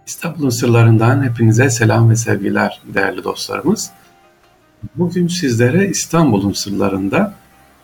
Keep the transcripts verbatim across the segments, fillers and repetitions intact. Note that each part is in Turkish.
İstanbul'un sırlarından hepinize selam ve sevgiler değerli dostlarımız. Bugün sizlere İstanbul'un sırlarında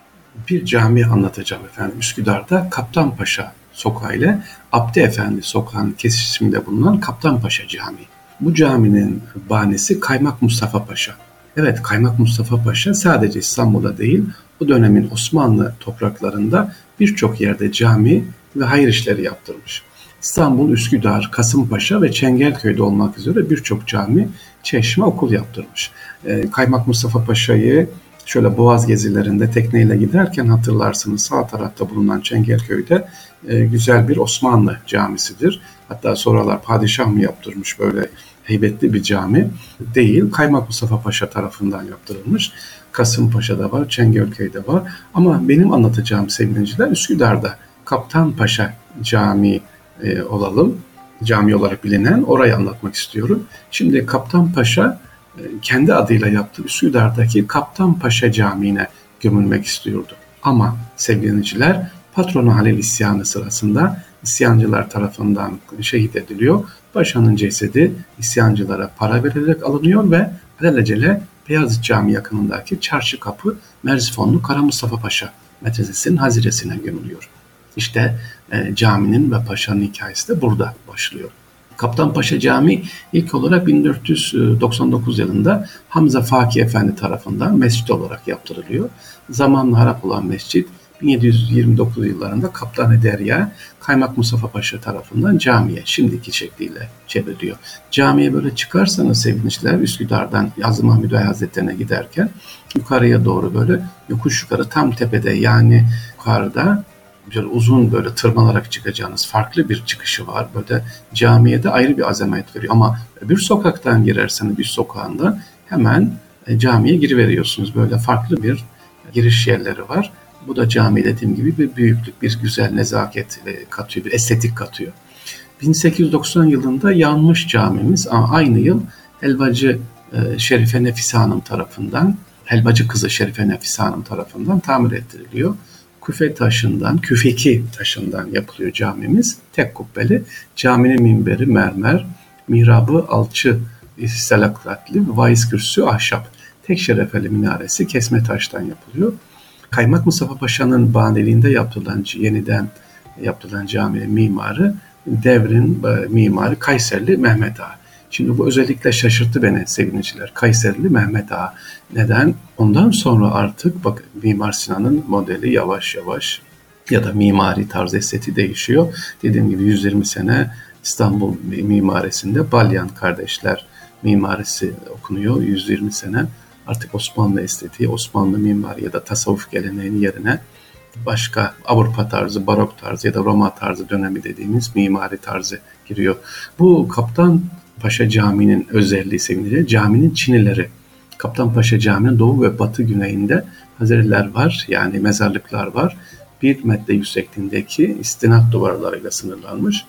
bir cami anlatacağım efendim. Üsküdar'da Kaptanpaşa Sokağı ile Abdi Efendi Sokağı'nın kesişiminde bulunan Kaptanpaşa Camii. Bu caminin banisi Kaymak Mustafa Paşa. Evet, Kaymak Mustafa Paşa sadece İstanbul'da değil, bu dönemin Osmanlı topraklarında birçok yerde cami ve hayır işleri yaptırmış. İstanbul, Üsküdar, Kasımpaşa ve Çengelköy'de olmak üzere birçok cami, çeşme, okul yaptırmış. Ee, Kaymak Mustafa Paşa'yı şöyle Boğaz gezilerinde tekneyle giderken hatırlarsınız, sağ tarafta bulunan Çengelköy'de e, güzel bir Osmanlı camisidir. Hatta soralar padişah mı yaptırmış böyle heybetli bir cami? Değil. Kaymak Mustafa Paşa tarafından yaptırılmış. Kasımpaşa'da var, Çengelköy'de var. Ama benim anlatacağım sevgiliciler Üsküdar'da Kaptanpaşa Camii e, olalım. Cami olarak bilinen orayı anlatmak istiyorum. Şimdi Kaptanpaşa e, kendi adıyla yaptığı Üsküdar'daki Kaptanpaşa Camii'ne gömülmek istiyordu. Ama sevgili dinleyiciler, patronu Halil isyanı sırasında isyancılar tarafından şehit ediliyor. Paşa'nın cesedi isyancılara para verilerek alınıyor ve alelacele Beyazıt Camii yakınındaki Çarşı Kapı Merzifonlu Kara Mustafa Paşa medresesinin haziresine gömülüyor. İşte e, caminin ve paşanın hikayesi de burada başlıyor. Kaptanpaşa Camii ilk olarak bin dört yüz doksan dokuz yılında Hamza Faki Efendi tarafından mescit olarak yaptırılıyor. Zamanla harap olan mescit bin yedi yüz yirmi dokuz yıllarında Kaptan-ı Derya Kaymak Mustafa Paşa tarafından camiye şimdiki şekliyle çevriliyor. Camiye böyle çıkarsanız sevgiliciler, Üsküdar'dan Yazı Mahmud Bey Hazretleri'ne giderken yukarıya doğru böyle yokuş yukarı tam tepede, yani yukarıda böyle uzun böyle tırmanarak çıkacağınız farklı bir çıkışı var. Böyle camiye de ayrı bir azamet veriyor. Ama bir sokaktan girerseniz bir sokağında hemen camiye giriveriyorsunuz. Böyle farklı bir giriş yerleri var. Bu da cami dediğim gibi bir büyüklük, bir güzel nezaket katıyor, bir estetik katıyor. bin sekiz yüz doksan yılında yanmış camimiz ama aynı yıl Helvacı Şerife Nefise Hanım tarafından, Helvacı kızı Şerife Nefise Hanım tarafından tamir ettiriliyor. Küfe taşından, küfeki taşından yapılıyor camimiz. Tek kubbeli. Caminin minberi mermer, mihrabı alçı istalaktatli, vaiz kürsü ahşap. Tek şerefeli minaresi kesme taştan yapılıyor. Kaymak Mustafa Paşa'nın baniliğinde yapılan, yeniden yapılan caminin mimarı devrin mimarı Kayserili Mehmet Ağa. Şimdi bu özellikle şaşırttı beni sevgiliciler. Kayserili Mehmet Ağa. Neden? Ondan sonra artık bak, Mimar Sinan'ın modeli yavaş yavaş ya da mimari tarzı, estetiği değişiyor. Dediğim gibi yüz yirmi sene İstanbul mimarisinde Balyan kardeşler mimarisi okunuyor. yüz yirmi sene artık Osmanlı estetiği, Osmanlı mimari ya da tasavvuf geleneğinin yerine başka Avrupa tarzı, barok tarzı ya da Roma tarzı dönemi dediğimiz mimari tarzı giriyor. Bu Kaptanpaşa Camii'nin özelliği sevgili, caminin çinileri. Kaptanpaşa Camii'nin doğu ve batı güneyinde hazireler var, yani mezarlıklar var. Bir metre yüksekliğindeki istinat duvarlarıyla sınırlanmış.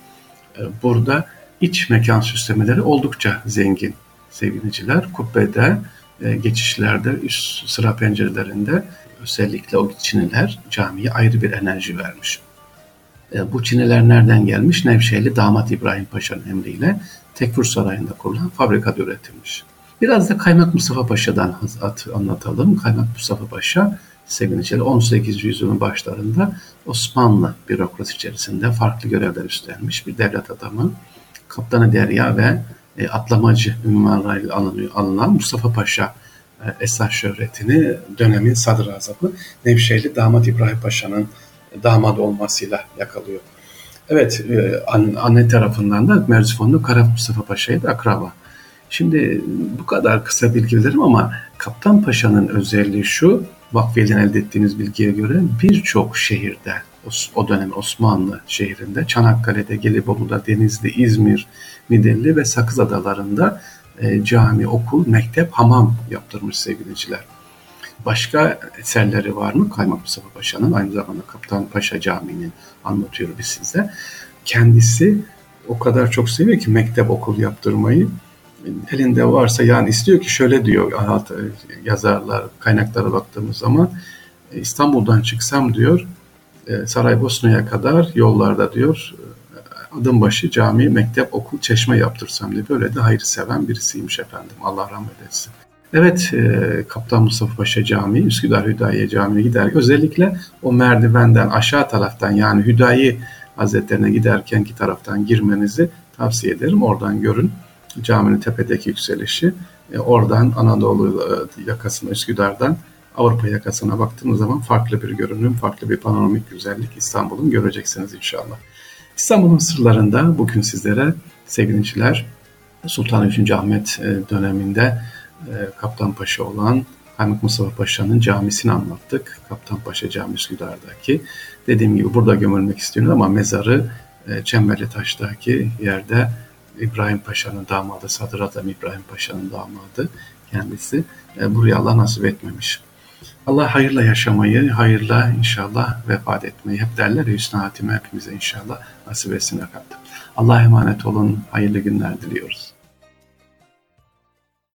Burada iç mekan süslemeleri oldukça zengin sevgiliciler. Kubbede, geçişlerde, üst sıra pencerelerinde özellikle o çiniler camiye ayrı bir enerji vermiş. Bu çiniler nereden gelmiş? Nevşehirli Damat İbrahim Paşa'nın emriyle Tekfur Sarayı'nda kurulan fabrikada üretilmiş. Biraz da Kaymak Mustafa Paşa'dan anlatalım. Kaymak Mustafa Paşa sevgili on sekizinci yüzyılın başlarında Osmanlı bürokrasi içerisinde farklı görevler üstlenmiş bir devlet adamı. Kaptan-ı Derya ve e, atlamacı ünvanlarıyla anılan Mustafa Paşa e, esas şöhretini dönemin sadrazamı Nevşehirli Damat İbrahim Paşa'nın damat olmasıyla yakalıyor. Evet, e, anne tarafından da Merzifonlu Kara Mustafa Paşa'ya da akraba. Şimdi bu kadar kısa bilgi veririm ama Kaptan Paşa'nın özelliği şu, vakfiyeden elde ettiğiniz bilgiye göre birçok şehirde, o dönem Osmanlı şehrinde, Çanakkale'de, Gelibolu'da, Denizli, İzmir, Midilli ve Sakız Adalarında e, cami, okul, mektep, hamam yaptırmış sevgiliciler. Başka eserleri var mı Kaymak Mustafa Paşa'nın? Aynı zamanda Kaptan Paşa Camii'ni anlatıyor biz size. Kendisi o kadar çok seviyor ki mektep, okul yaptırmayı. Elinde varsa, yani istiyor ki şöyle diyor yazarlar, kaynaklara baktığımız zaman, İstanbul'dan çıksam diyor Saraybosna'ya kadar yollarda diyor adım başı cami, mektep, okul, çeşme yaptırsam diye böyle de hayır seven birisiymiş efendim. Allah rahmet etsin. Evet, e, Kaptan Mustafa Paşa Camii, Üsküdar Hüdayiye Camii'ne gider. Özellikle o merdivenden aşağı taraftan, yani Hüdayi Hazretlerine giderkenki taraftan girmenizi tavsiye ederim. Oradan görün caminin tepedeki yükselişi. E, oradan Anadolu e, yakasına, Üsküdar'dan Avrupa yakasına baktığınız zaman farklı bir görünüm, farklı bir panoramik güzellik İstanbul'un göreceksiniz inşallah. İstanbul'un sırlarında bugün sizlere sevgiliciler Sultan üçüncü. Ahmet döneminde Kaptanpaşa olan Hamit Mustafa Paşa'nın camisini anlattık. Kaptanpaşa Camii Üsküdar'daki. Dediğim gibi burada gömülmek istiyorum ama mezarı Çemberli Taş'taki yerde İbrahim Paşa'nın damadı, Sadrazam İbrahim Paşa'nın damadı kendisi. Buraya Allah nasip etmemiş. Allah hayırla yaşamayı, hayırla inşallah vefat etmeyi, hep derler ya, hüsnü hatime hepimize inşallah nasip etsin efendim. Allah'a emanet olun, hayırlı günler diliyoruz.